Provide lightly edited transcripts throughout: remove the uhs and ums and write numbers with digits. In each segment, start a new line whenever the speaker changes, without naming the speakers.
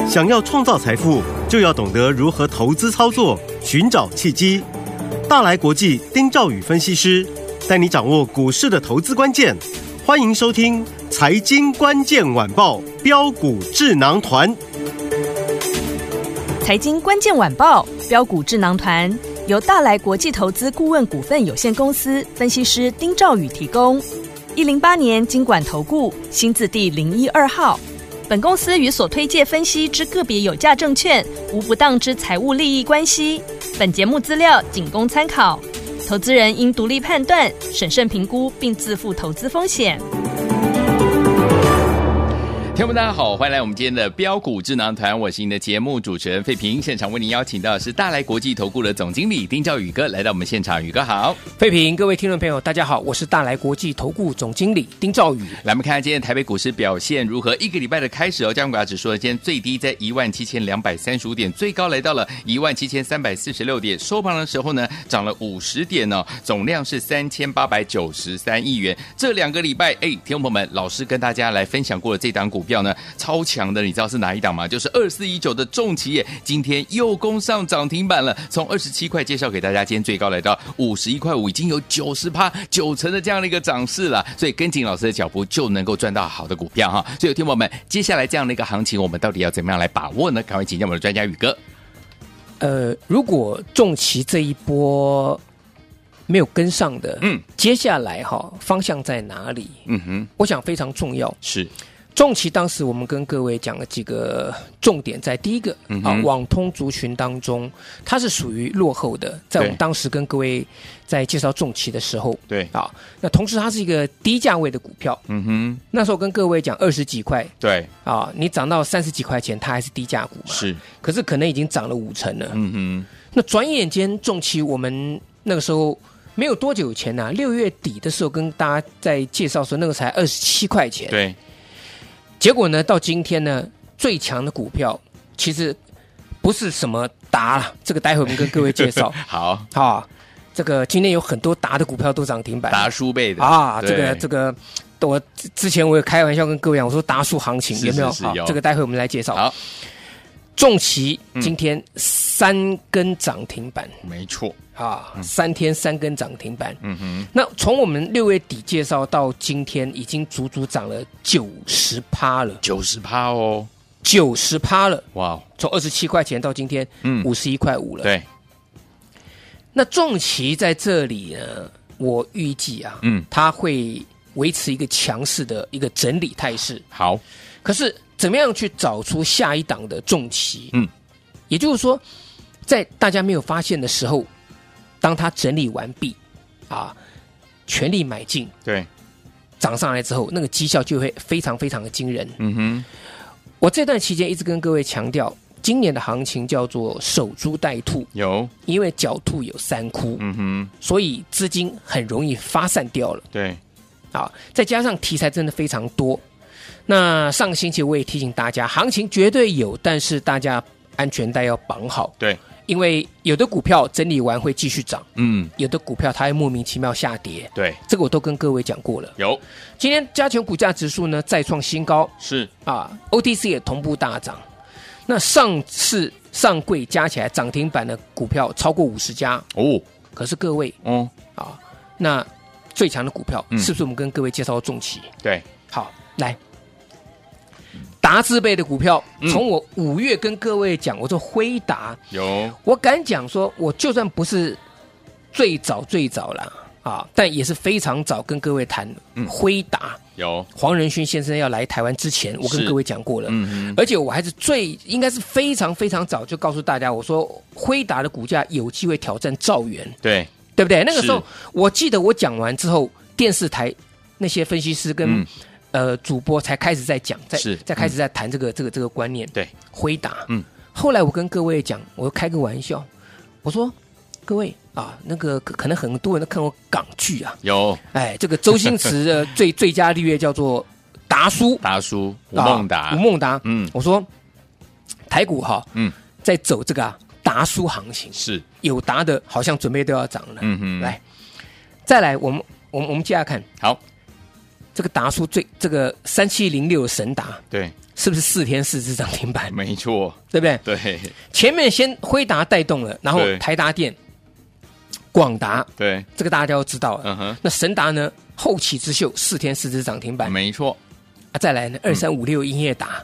想要创造财富，就要懂得如何投资操作，寻找契机。大来国际丁兆宇分析师带你掌握股市的投资关键。欢迎收听《财经关键晚报》标股智囊团。
财经关键晚报标股智囊团由大来国际投资顾问股份有限公司分析师丁兆宇提供。108年金管投顾新字第012号。本公司与所推介分析之个别有价证券无不当之财务利益关系。本节目资料仅供参考，投资人应独立判断、审慎评估并自负投资风险。
听众们大家好，欢迎来我们今天的标股智囊团，我是您的节目主持人费平。现场为您邀请到的是大来国际投顾的总经理丁兆宇哥来到我们现场，宇哥好。
费平，各位听众朋友大家好，我是大来国际投顾总经理丁兆宇。
来我们看看今天台北股市表现如何。一个礼拜的开始加权股价指数今天最低在17235点，最高来到了17346点，收盘的时候呢涨了50点哦，总量是3893亿元。这2个礼拜听众朋友们，老师跟大家来分享过的这档股票呢超强的，你知道是哪一档吗？就是2419的重企业，今天又攻上涨停板了，从27块介绍给大家，今天最高来到51块5，已经有90%、90%的这样的一个涨势了，所以跟紧老师的脚步就能够赚到好的股票哈。所以听众朋友们，接下来这样的一个行情，我们到底要怎么样来把握呢？赶快请教我们的专家宇哥。
如果重骑这一波没有跟上的，接下来方向在哪里？我想非常重要。是。重骑当时我们跟各位讲了几个重点，在第一个网通族群当中，它是属于落后的，在我们当时跟各位在介绍重骑的时候，对啊，那同时它是一个低价位的股票，那时候跟各位讲20几块，对啊，你涨到30几块钱，它还是低价股嘛，是，可是可能已经涨了50%了，那转眼间重骑我们那个时候没有多久前6月底的时候跟大家在介绍说那个才27块钱，对。结果呢，到今天呢，最强的股票其实不是什么达了，这个待会我们跟各位介绍。好，这个今天有很多达的股票都涨停板，
达叔辈的
啊，这个，我之前我有开玩笑跟各位讲，我说达叔行情有没有？好，这个待会我们来介绍。好，重骑今天3根涨停板，
没错。
3天3根涨停板，那从我们6月底介绍到今天，已经足足涨了90%了
，90%哦
，90%了，
哇！
从27块钱到今天51块5了，对。那重骑在这里呢，我预计它会维持一个强势的一个整理态势。好，可是怎么样去找出下一档的重骑？也就是说，在大家没有发现的时候。当它整理完毕，全力买进，对，涨上来之后，那个绩效就会非常非常的惊人。我这段期间一直跟各位强调，今年的行情叫做守株待兔，因为狡兔有3窟，所以资金很容易发散掉了。对，再加上题材真的非常多。那上个星期我也提醒大家，行情绝对有，但是大家安全带要绑好。对。因为有的股票整理完会继续涨，有的股票它会莫名其妙下跌，对，这个我都跟各位讲过了。有，今天加权股价指数呢再创新高，是OTC 也同步大涨。那上市上柜加起来涨停板的股票超过50家哦。可是各位，那最强的股票是不是我们跟各位介绍重骑？对，好，来。达字辈的股票，从我5月跟各位讲，我说辉达我敢讲说，我就算不是最早啦但也是非常早跟各位谈辉达。黄仁勋先生要来台湾之前，我跟各位讲过了，而且我还是应该是非常非常早就告诉大家，我说辉达的股价有机会挑战兆元，对不对？那个时候我记得我讲完之后，电视台那些分析师跟主播才开始在讲，在开始在谈这个观念。对，辉达。后来我跟各位讲，我开个玩笑，我说各位那个可能很多人都看过港剧有，这个周星驰的最佳绿叶叫做达叔，吴孟达。我说台股在走这个达叔行情，是有达的，好像准备都要涨了。来，再来，我们接下来看好。这个达叔这个3706的神达，对， 是不是4天4只涨停板？
没错，
对不对？
对，
前面先辉达带动了，然后台达电、广达，
对，
这个大家都知道了。那神达呢，后起之秀，4天4只涨停板，
没错。
啊，再来呢，2356英业达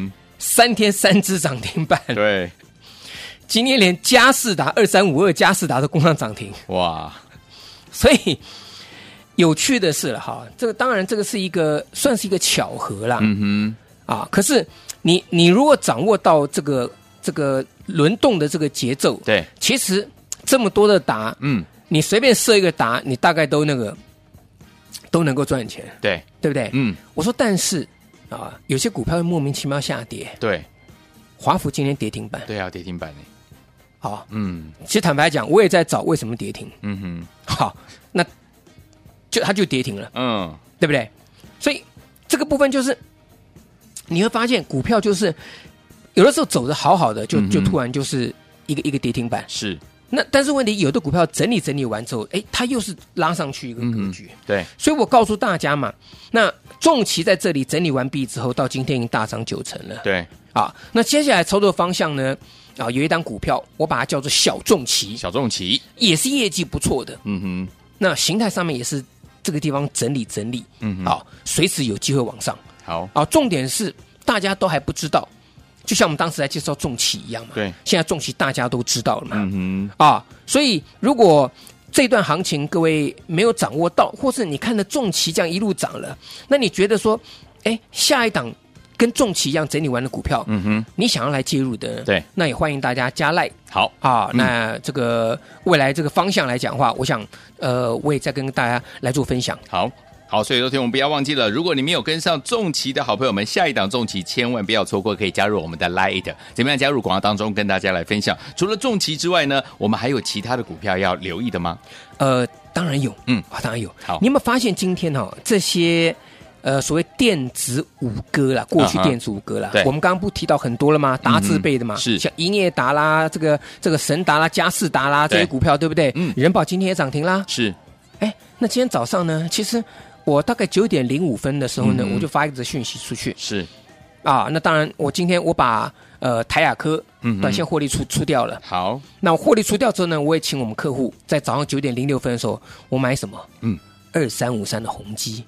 ，3天3只涨停板，
对。
今天连佳世达2352佳世达都攻上涨停，
哇！
所以有趣的是了哈，这个当然这个是算是一个巧合啦，可是你如果掌握到这个轮动的这个节奏，
对，
其实这么多的达，你随便设一个达，你大概都能够赚钱，
对
不对？我说但是有些股票会莫名其妙下跌，
对，
华孚今天跌停板，
对啊，跌停板
好，其实坦白讲，我也在找为什么跌停，好，那它就跌停了，对不对？所以这个部分就是你会发现，股票就是有的时候走得好好的，就突然就是一个跌停板，
是。
那但是问题，有的股票整理完之后，它又是拉上去一个格局，
对。
所以我告诉大家嘛，那重期在这里整理完毕之后，到今天已经大涨90%了，
对。
那接下来操作方向呢？有一档股票，我把它叫做小重期，
小重期
也是业绩不错的，那形态上面也是这个地方整理，随时有机会往上。
好
重点是大家都还不知道，就像我们当时来介绍重期一样嘛，
对，
现在重期大家都知道了嘛，所以如果这段行情各位没有掌握到，或是你看的重期这样一路涨了，那你觉得说，下一档跟重期一样整理完的股票，你想要来介入的，
对，
那也欢迎大家加赖。
好
那这个未来这个方向来讲的话，我想我也再跟大家来做分享。
好，所以昨天我们不要忘记了，如果你没有跟上重期的好朋友们，下一档重期千万不要错过，可以加入我们的 Lite， 怎么样加入广告当中跟大家来分享？除了重期之外呢，我们还有其他的股票要留意的吗？
当然有，当然有。
好，
你有没有发现今天这些所谓电子五哥啦，过去电子五哥啦，我们刚刚不提到很多了吗？达字辈的嘛，
是
像英业达啦，这个神达啦、佳世达啦这些股票，对不对？人保今天也涨停啦。
是，
那今天早上呢，其实我大概9点05分的时候呢，我就发一则讯息出去。
是，
那当然，今天我把台亚科短线获利出掉了。
好，
那我获利出掉之后呢，我也请我们客户在早上9点06分的时候，我买什么？2353的宏基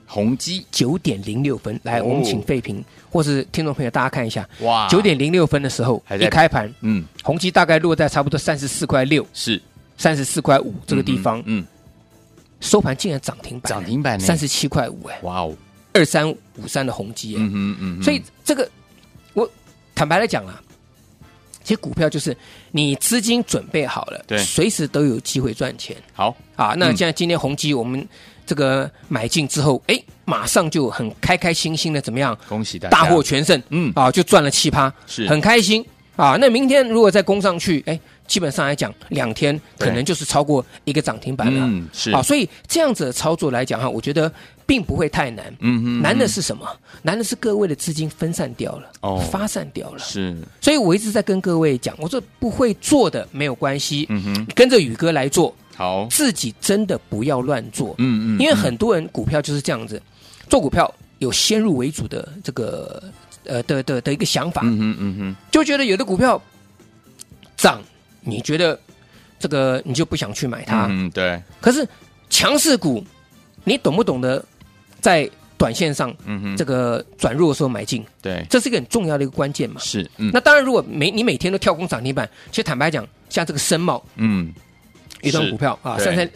9点06分，来，我们请废平或是听众朋友大家看一下，哇，9点06分的时候一开盘，宏基大概落在差不多34.6块，是34.5块这个地方，收盘竟然涨停板37.5块，哇哦，2353的宏基，所以这个我坦白来讲啊，其实股票就是你资金准备好了，对，随时都有机会赚钱。好那现在今天宏基我们这个买进之后，马上就很开心心的怎么样？
恭喜大家，
大获全胜，就赚了7%，是很开心那明天如果再攻上去，基本上来讲2天可能就是超过一个涨停板了，是所以这样子的操作来讲我觉得并不会太难，难的是什么？难的是各位的资金分散掉了，发散掉了，是，所以我一直在跟各位讲，我说不会做的没有关系，跟着宇哥来做。好，自己真的不要乱做，因为很多人股票就是这样子，做股票有先入为主的这个的一个想法，就觉得有的股票涨，你觉得这个你就不想去买它，
对。可
是强势股，你懂不懂得在短线上，这个转弱的时候买进，对，这是一个很重要的一个关键嘛。是，那当然，如果你每天都跳空涨停板，其实坦白讲，像这个深茂，一档股票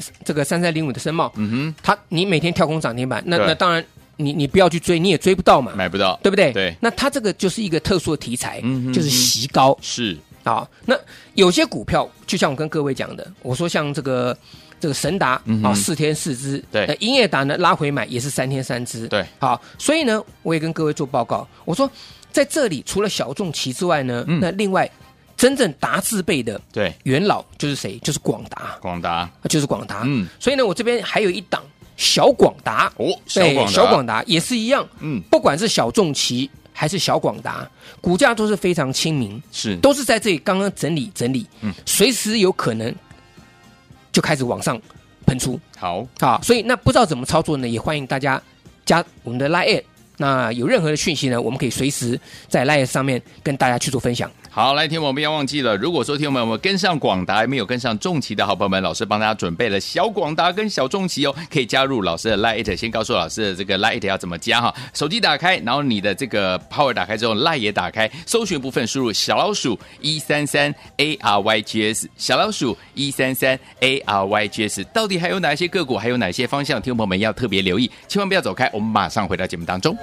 3305的深茂，你每天跳空涨停板，那当然你不要去追，你也追不到嘛，
买不到，
对不对？
对，
那它这个就是一个特殊的题材，就是席高，是那有些股票就像我跟各位讲的，我说像这个神达4天4只，对，英业达呢拉回买也是3天3只，对，好，所以呢我也跟各位做报告，我说在这里除了小众期之外呢，那另外真正达字辈的对元老就是谁？就是广达，就是广达。所以呢，我这边还有一档小广达小广达也是一样，不管是小众期还是小广达，股价都是非常亲民，是都是在这里刚刚整理，随时有可能就开始往上喷出。好，所以那不知道怎么操作呢？也欢迎大家加我们的 Line 那有任何的讯息呢，我们可以随时在 LINE 上面跟大家去做分享。
好，来听我们不要忘记了，如果说听我们有没有跟上广达，没有跟上重骑的好朋友们，老师帮大家准备了小广达跟小重骑哦，可以加入老师的 LINE， 先告诉老师的这个 LINE 要怎么加哈，手机打开，然后你的这个 Power 打开之后 LINE 也打开，搜寻部分输入小老鼠133 ARYGS， 小老鼠133 ARYGS， 到底还有哪些个股，还有哪些方向，听众朋友们要特别留意，千万不要走开，我们马上回到节目当中。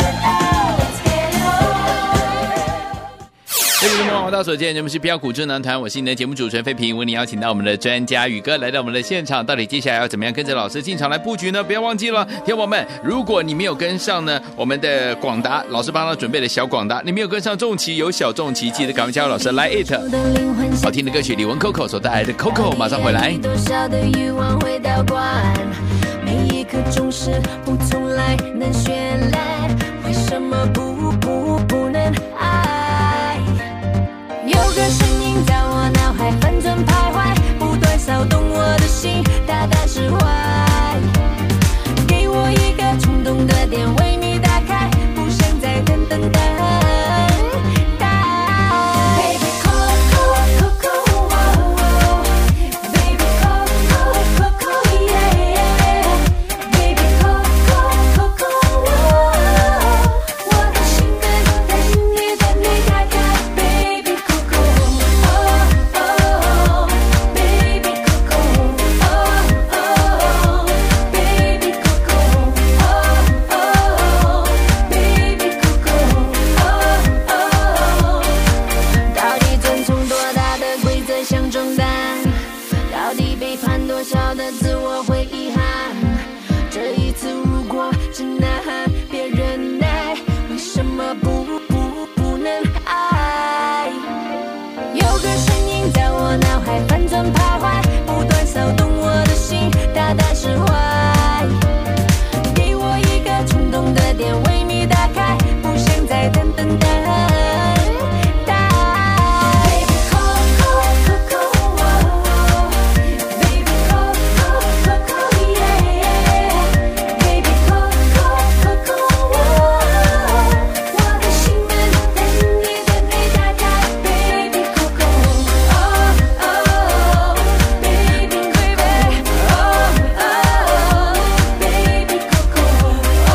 各位听众，到所见节目是标股智囊团，我是你的节目主持人费平，为你邀请到我们的专家宇哥来到我们的现场，到底接下来要怎么样跟着老师进场来布局呢？不要忘记了，听众朋友们，如果你没有跟上呢，我们的广达老师帮他准备的小广达，你没有跟上重骑有小重骑，记得赶快加入老师 Like It。好听的歌曲李玟 Coco 所带来的 Coco， 马上回来。
多少的欲望会倒灌，每一颗钟是不从来能绚烂，为什么不能爱？有个声音在我脑海翻转徘徊，不断骚动我的心，大胆释怀。给我一个冲动的点，为你打开，不想再等待。Baby Coco Coco Baby Coco Coco yeah Baby Coco Coco 我的心等你打开 Baby Coco Baby Coco Baby Coco Baby Coco 到底遵从多大的规则想中弹，到底背叛多少的自我会遗憾，这一次如果真难别忍耐，为什么不能爱？有个声音在我脑海翻转徘徊，不断骚动我的心，大胆释怀。给我一个冲动的点，为你打开，不想再等待。Baby Coco Coco Baby Coco Coco yeah Baby Coco Coco 我的心门等你打开 Baby Coco Baby Baby Baby Coco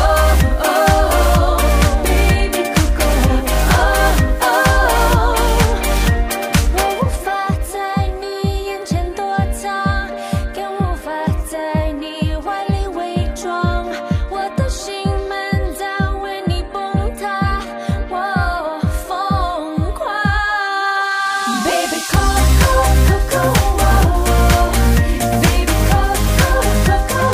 Baby Coco 我无法在你眼前躲藏，更无法在你怀里伪装，我的心门在为你崩塌，我疯狂。Baby Coco Coco Baby Coco Coco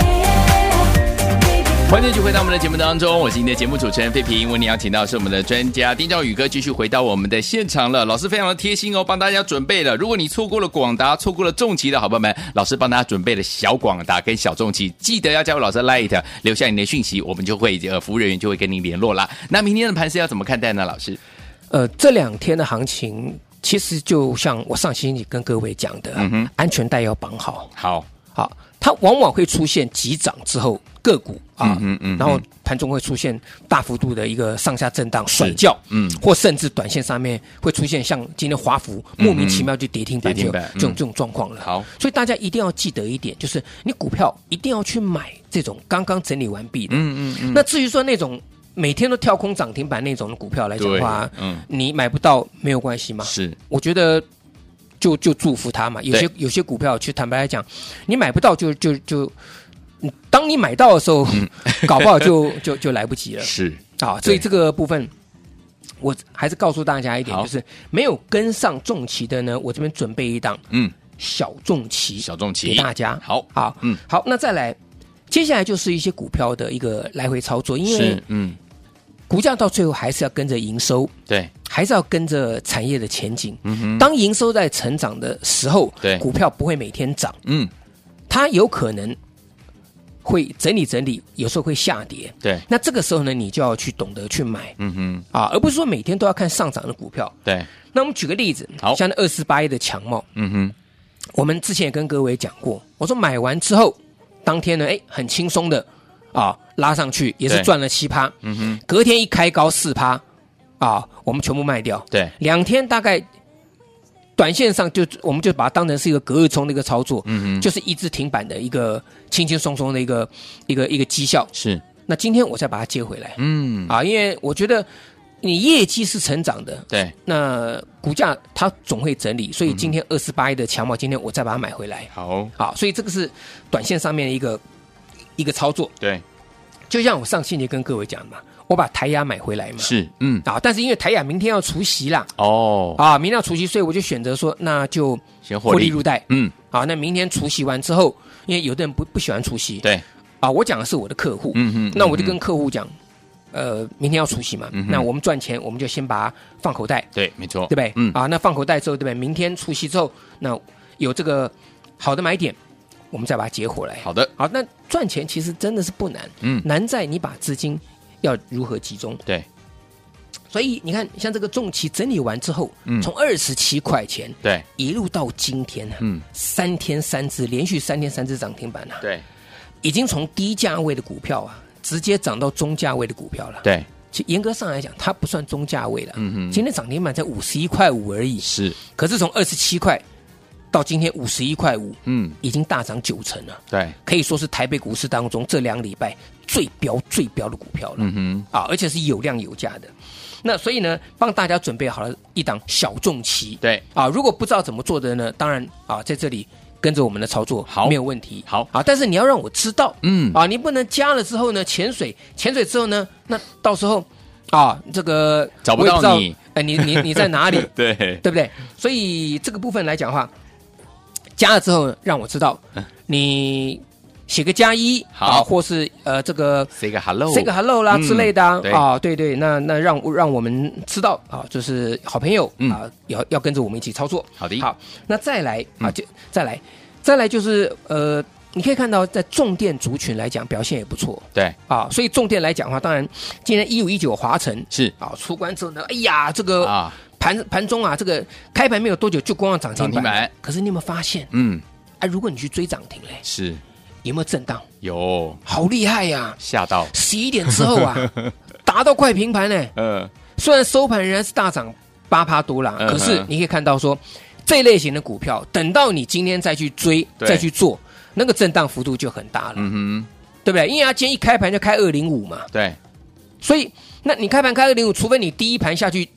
yeah Baby
欢迎继续回到我们的节目当中，我是您的节目主持人费平，为您邀请到是我们的专家丁兆宇哥，继续回到我们的现场了。老师非常的贴心哦，帮大家准备了，如果你错过了广达，错过了重骑的好朋友们，老师帮大家准备了小广达跟小重骑，记得要加入老师的 Light， 留下你的讯息，我们就会服务人员就会跟您联络啦。那明天的盘势要怎么看待呢？老师，
这两天的行情其实就像我上星期跟各位讲的，安全带要绑好。好，它往往会出现急涨之后个股啊，然后盘中会出现大幅度的一个上下震荡甩轿，或甚至短线上面会出现像今天华孚莫名其妙就跌停板，这种状况了。
好，
所以大家一定要记得一点，就是你股票一定要去买这种刚刚整理完毕的。那至于说那种每天都跳空涨停板那种股票来讲的话，你买不到没有关系嘛。
是，
我觉得就祝福他嘛。有些股票，其实坦白来讲，你买不到就当你买到的时候，搞不好就来不及了。
是
啊，所以这个部分我还是告诉大家一点，就是没有跟上重骑的呢，我这边准备一档小重骑给大家。
好，
好，那再来，接下来就是一些股票的一个来回操作，因为股价到最后还是要跟着营收，
对，
还是要跟着产业的前景。当营收在成长的时候，
对，
股票不会每天涨，它有可能会整理，有时候会下跌。
对，
那这个时候呢，你就要去懂得去买，而不是说每天都要看上涨的股票。
对， 那
我们举个例子，像那2481的强茂，我们之前也跟各位讲过，我说买完之后，当天呢，很轻松的拉上去也是赚了7%，隔天一开高4%，我们全部卖掉。
对
，2天大概短线上我们就把它当成是一个隔日冲的一个操作，就是一字停板的一个轻轻松松的一个绩效。
是，
那今天我再把它接回来，因为我觉得你业绩是成长的，
对，
那股价它总会整理，所以今天28亿的强茂，今天我再把它买回来。
好，
所以这个是短线上面的一个操作。
对，
就像我上星期跟各位讲嘛，我把台亚买回来嘛，
是，
但是因为台亚明天要除息啦，明天要除息，所以我就选择说，那就
先获利
入袋，那明天除息完之后，因为有的人不喜欢除息，
对，
我讲的是我的客户，那我就跟客户讲，明天要除息嘛，那我们赚钱，我们就先把它放口袋，
对，没错，
对不对？那放口袋之后，对不对？明天除息之后，那有这个好的买点，我们再把它接回来。
好的，
好，那赚钱其实真的是不难，难在你把资金要如何集中。
对，
所以你看，像这个重期整理完之后，从27块钱，
对，
一路到今天3天3只，连续3天3只涨停板啊，
对，
已经从低价位的股票直接涨到中价位的股票了。
对，
其实严格上来讲，它不算中价位了。今天涨停板才51.5块而已。
是，
可是从27块到今天51.5块，已经大涨90%了。
对，
可以说是台北股市当中这2个礼拜最标的股票了。而且是有量有价的。那所以呢，帮大家准备好了一档小重期。
对，
如果不知道怎么做的呢，当然在这里跟着我们的操作，
好，
没有问题。
好
但是你要让我知道，你不能加了之后呢，潜水之后呢，那到时候这个
找不到你，
你在哪里？
对，
对不对？所以这个部分来讲的话，加了之后让我知道，你写个+1，
好，
或是这个
say 个 hello
啦之类的对，那让我们知道就是好朋友要跟着我们一起操作。
好的，
好，那再来再来就是你可以看到在重电族群来讲表现也不错。
对
所以重电来讲的话，当然今天1519华城
是
出关之后呢，哎呀，这个盘中这个开盘没有多久就光要涨停板，可是你有没有发现？如果你去追涨停嘞，
是
有没有震荡？
有，
好厉害呀！
吓到
11点之后达到快平盘呢。虽然收盘仍然是大涨8%多啦，可是你可以看到说，这类型的股票，等到你今天再去追、再去做，那个震荡幅度就很大了。对不对？因为它今天一开盘就开205嘛。
对，
所以那你开盘开205，除非你第一盘下去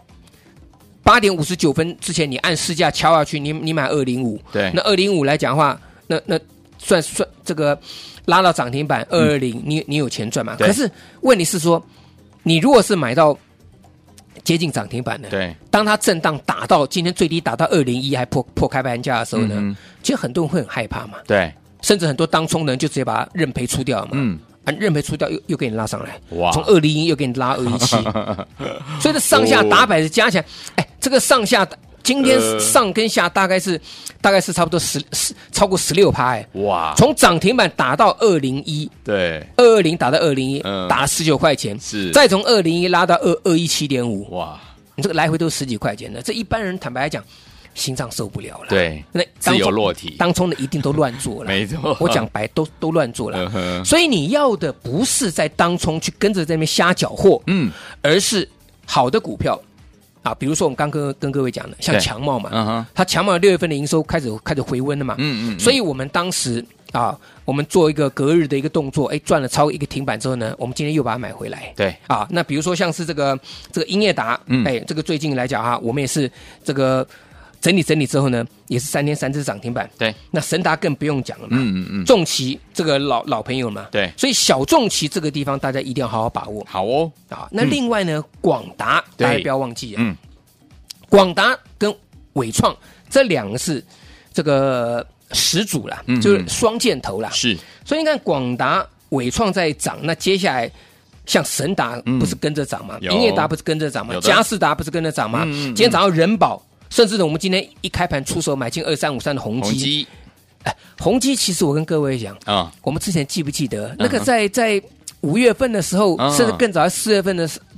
8点59分之前，你按市价敲下去，你买205，
对，
那205来讲的话，那算这个拉到涨停板220，你有钱赚嘛？可是问题是说，你如果是买到接近涨停板的，
对，
当它震荡打到今天最低打到201，还破开盘价的时候呢，其实很多人会很害怕嘛，
对，
甚至很多当冲的人就直接把它认赔出掉嘛，认赔出掉又给你拉上来，
哇，
从201又给你拉217，所以这上下打摆子加起来，这个上下。今天上跟下大概是差不多超过16%
哇！
从涨停板打到201，
对
，220打到201，打了19块钱，
是，
再从201拉到217.5，
哇！
你这个来回都十几块钱的，这一般人坦白来讲，心脏受不了了。
对，
那
自由落体，
当冲的一定都乱做了，
没错，
我讲白都乱做了。所以你要的不是在当冲去跟着这边瞎搅和，而是好的股票。比如说我们刚跟各位讲的，像强茂嘛，它强茂6月份的营收开始回温了嘛，所以我们当时我们做一个隔日的一个动作，赚了超过一个停板之后呢，我们今天又把它买回来，
对
那比如说像是这个英业达，这个最近来讲我们也是这个整理之后呢，也是3天3只涨停板，
对，
那神达更不用讲了嘛，重期这个老朋友嘛，
对，
所以小重期这个地方大家一定要好好把握，
好哦，
那另外呢，广达大家不要忘记广达跟伟创这两个是这个始祖啦，就是双箭头啦，
是，所
以你看广达、伟创在涨，那接下来像神达不是跟着涨吗？英业达不是跟着涨吗？嘉士达不是跟着涨吗？今天涨到人保，甚至呢，我们今天一开盘出手买进2353的宏基，宏基其实我跟各位讲我们之前记不记得那个在5月份的时候，甚至更早在4月份的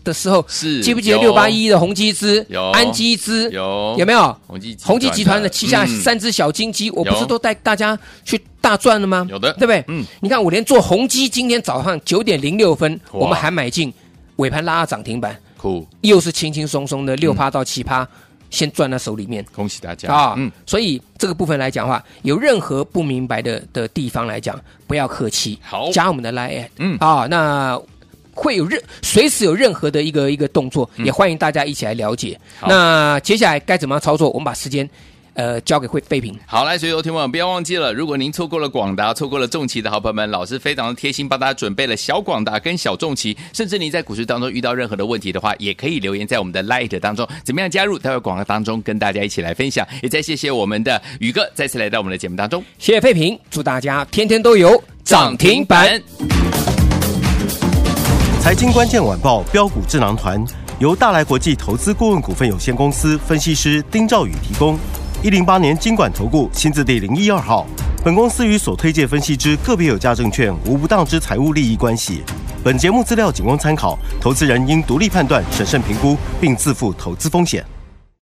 的时候，
是
记不记得6811的宏基资、安基资有没有？宏基集团的旗下3只小金鸡，我不是都带大家去大赚了吗？
有的，
对不对？你看我连做宏基，今天早上9点06分，我们还买进，尾盘拉到涨停板，
酷，
又是轻轻松松的6%到7%。先赚在手里面，
恭喜大家
所以这个部分来讲的话，有任何不明白的地方来讲，不要客气，
好，
加我们的 LINE，那会有随时有任何的一个动作，也欢迎大家一起来了解。那接下来该怎么样操作？我们把时间交给废品。
好，来，所有听众不要忘记了，如果您错过了广达、错过了重旗的好朋友们，老师非常的贴心，帮大家准备了小广达跟小重旗，甚至你在股市当中遇到任何的问题的话，也可以留言在我们的 Light 当中，怎么样加入？待会广告当中跟大家一起来分享。也再谢谢我们的宇哥再次来到我们的节目当中，
谢谢废品，祝大家天天都有涨停板。
财经关键晚报标股智囊团由大来国际投资顾问股份有限公司分析师丁兆宇提供。108年金管投顾新字第012号。本公司与所推介分析之个别有价证券无不当之财务利益关系。本节目资料仅供参考，投资人应独立判断、审慎评估，并自负投资风险。